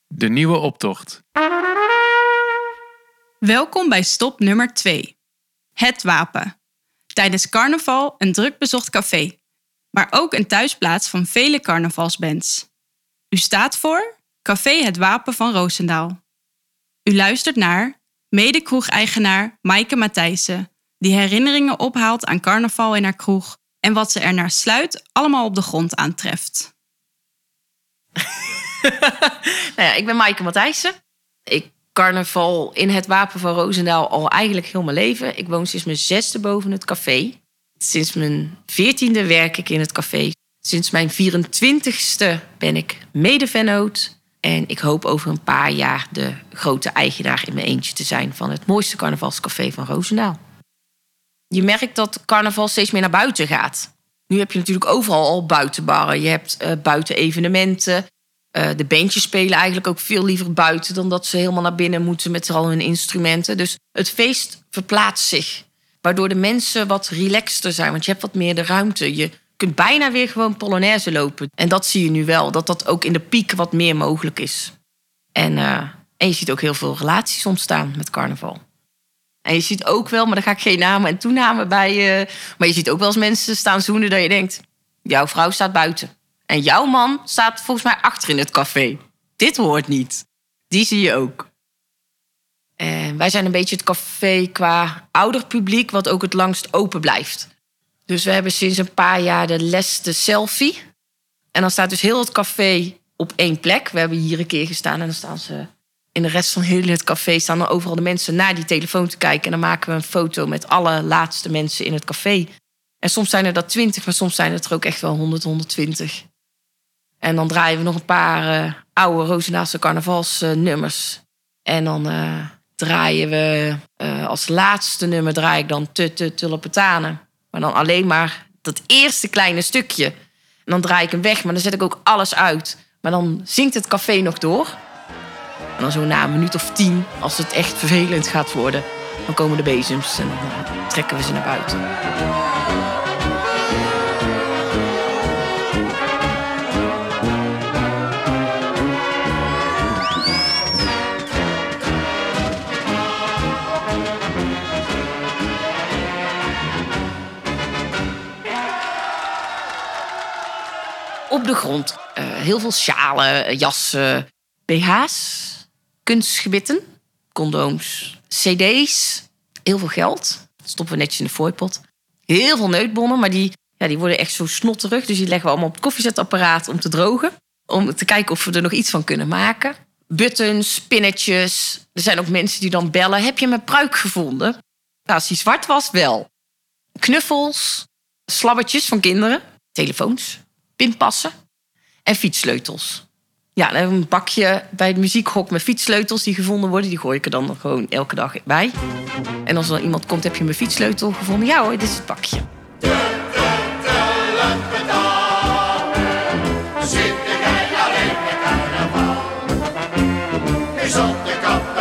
De nieuwe optocht. Welkom bij stop nummer 2. Het Wapen. Tijdens carnaval een druk bezocht café, maar ook een thuisplaats van vele carnavalsbands. U staat voor Café Het Wapen van Roosendaal. U luistert naar mede-kroegeigenaar Maaike Matthijssen, die herinneringen ophaalt aan carnaval in haar kroeg en wat ze er naar sluit allemaal op de grond aantreft. Nou ja, ik ben Maaike Matthijssen. Ik carnaval in Het Wapen van Roosendaal al eigenlijk heel mijn leven. Ik woon sinds mijn 6e boven het café. Sinds mijn 14e werk ik in het café. Sinds mijn 24e ben ik mede-vennoot. En ik hoop over een paar jaar de grote eigenaar in mijn eentje te zijn van het mooiste carnavalscafé van Roosendaal. Je merkt dat carnaval steeds meer naar buiten gaat. Nu heb je natuurlijk overal al buitenbarren. Je hebt buiten evenementen. De bandjes spelen eigenlijk ook veel liever buiten dan dat ze helemaal naar binnen moeten met al hun instrumenten. Dus het feest verplaatst zich. Waardoor de mensen wat relaxter zijn. Want je hebt wat meer de ruimte. Je kunt bijna weer gewoon Polonaise lopen. En dat zie je nu wel. Dat dat ook in de piek wat meer mogelijk is. En je ziet ook heel veel relaties ontstaan met carnaval. En je ziet ook wel, maar daar ga ik geen namen en toenamen bij. Maar je ziet ook wel eens mensen staan zoenen dat je denkt, jouw vrouw staat buiten. En jouw man staat volgens mij achter in het café. Dit hoort niet. Die zie je ook. En wij zijn een beetje het café qua ouder publiek, wat ook het langst open blijft. Dus we hebben sinds een paar jaar de leste selfie. En dan staat dus heel het café op één plek. We hebben hier een keer gestaan en dan staan ze in de rest van heel het café. Staan er overal de mensen naar die telefoon te kijken. En dan maken we een foto met alle laatste mensen in het café. En soms zijn er dat 20, maar soms zijn het er ook echt wel 100, 120. En dan draaien we nog een paar oude Roosendaalse carnavalsnummers. En dan draaien we als laatste nummer draai ik dan Tullepetanen. Maar dan alleen maar dat eerste kleine stukje. En dan draai ik hem weg, maar dan zet ik ook alles uit. Maar dan zingt het café nog door. En dan zo na een minuut of 10, als het echt vervelend gaat worden, dan komen de bezems en dan trekken we ze naar buiten. Op de grond. Heel veel sjalen, jassen, BH's, kunstgebitten, condooms, cd's, heel veel geld. Dat stoppen we netjes in de fooipot. Heel veel neutbonnen, maar die worden echt zo snotterig. Dus die leggen we allemaal op het koffiezetapparaat om te drogen. Om te kijken of we er nog iets van kunnen maken. Buttons, pinnetjes. Er zijn ook mensen die dan bellen. Heb je mijn pruik gevonden? Nou, als die zwart was, wel. Knuffels, slabbertjes van kinderen, telefoons, pinpassen en fietssleutels. Ja, dan hebben we een bakje bij het muziekhok met fietssleutels die gevonden worden. Die gooi ik er dan gewoon elke dag bij. En als er iemand komt, heb je mijn fietssleutel gevonden? Ja hoor, dit is het bakje. Zit jij alleen met carnaval? Is op de kant.